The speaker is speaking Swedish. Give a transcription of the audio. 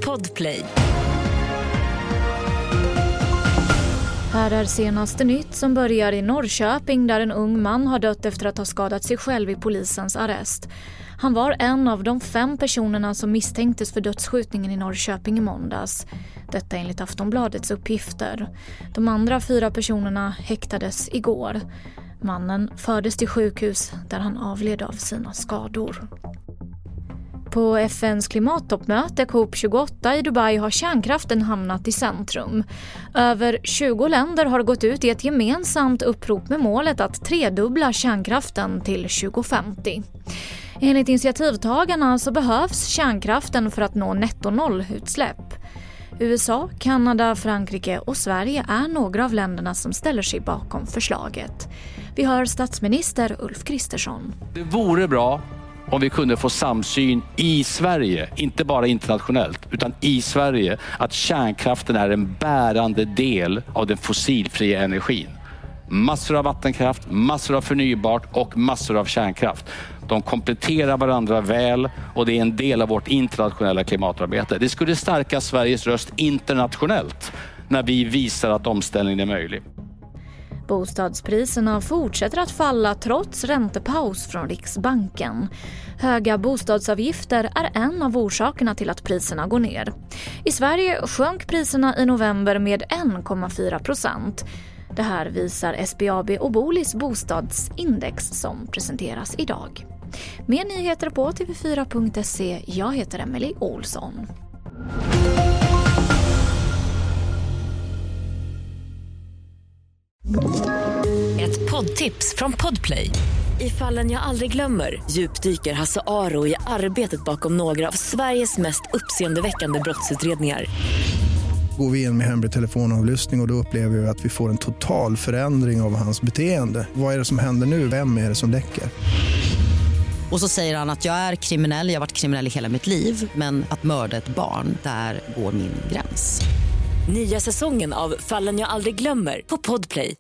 Podplay. Här är senaste nytt som börjar i Norrköping där en ung man har dött efter att ha skadat sig själv i polisens arrest. Han var en av de 5 personerna som misstänktes för dödsskjutningen i Norrköping i måndags. Detta enligt Aftonbladets uppgifter. De andra 4 personerna häktades igår. Mannen fördes till sjukhus där han avled av sina skador. På FNs klimattoppmöte COP28 i Dubai har kärnkraften hamnat i centrum. Över 20 länder har gått ut i ett gemensamt upprop med målet att tredubbla kärnkraften till 2050. Enligt initiativtagarna så behövs kärnkraften för att nå netto-noll-utsläpp. USA, Kanada, Frankrike och Sverige är några av länderna som ställer sig bakom förslaget. Vi hör statsminister Ulf Kristersson. Det vore bra om vi kunde få samsyn i Sverige, inte bara internationellt, utan i Sverige, att kärnkraften är en bärande del av den fossilfria energin. Massor av vattenkraft, massor av förnybart och massor av kärnkraft. De kompletterar varandra väl och det är en del av vårt internationella klimatarbete. Det skulle stärka Sveriges röst internationellt när vi visar att omställningen är möjlig. Bostadspriserna fortsätter att falla trots räntepaus från Riksbanken. Höga bostadsavgifter är en av orsakerna till att priserna går ner. I Sverige sjönk priserna i november med 1,4%. Det här visar SBAB och Bolis bostadsindex som presenteras idag. Mer nyheter på tv4.se. Jag heter Emily Olsson. Ett poddtips från Podplay. I Fallen jag aldrig glömmer djupdyker Hasse Aro i arbetet bakom några av Sveriges mest uppseendeväckande brottsutredningar. Går vi in med hemlig telefonavlyssning och då upplever vi att vi får en total förändring av hans beteende. Vad är det som händer nu? Vem är det som läcker? Och så säger han att jag är kriminell, jag har varit kriminell i hela mitt liv. Men att mörda ett barn, där går min gräns. Nya säsongen av Fallen jag aldrig glömmer på Podplay.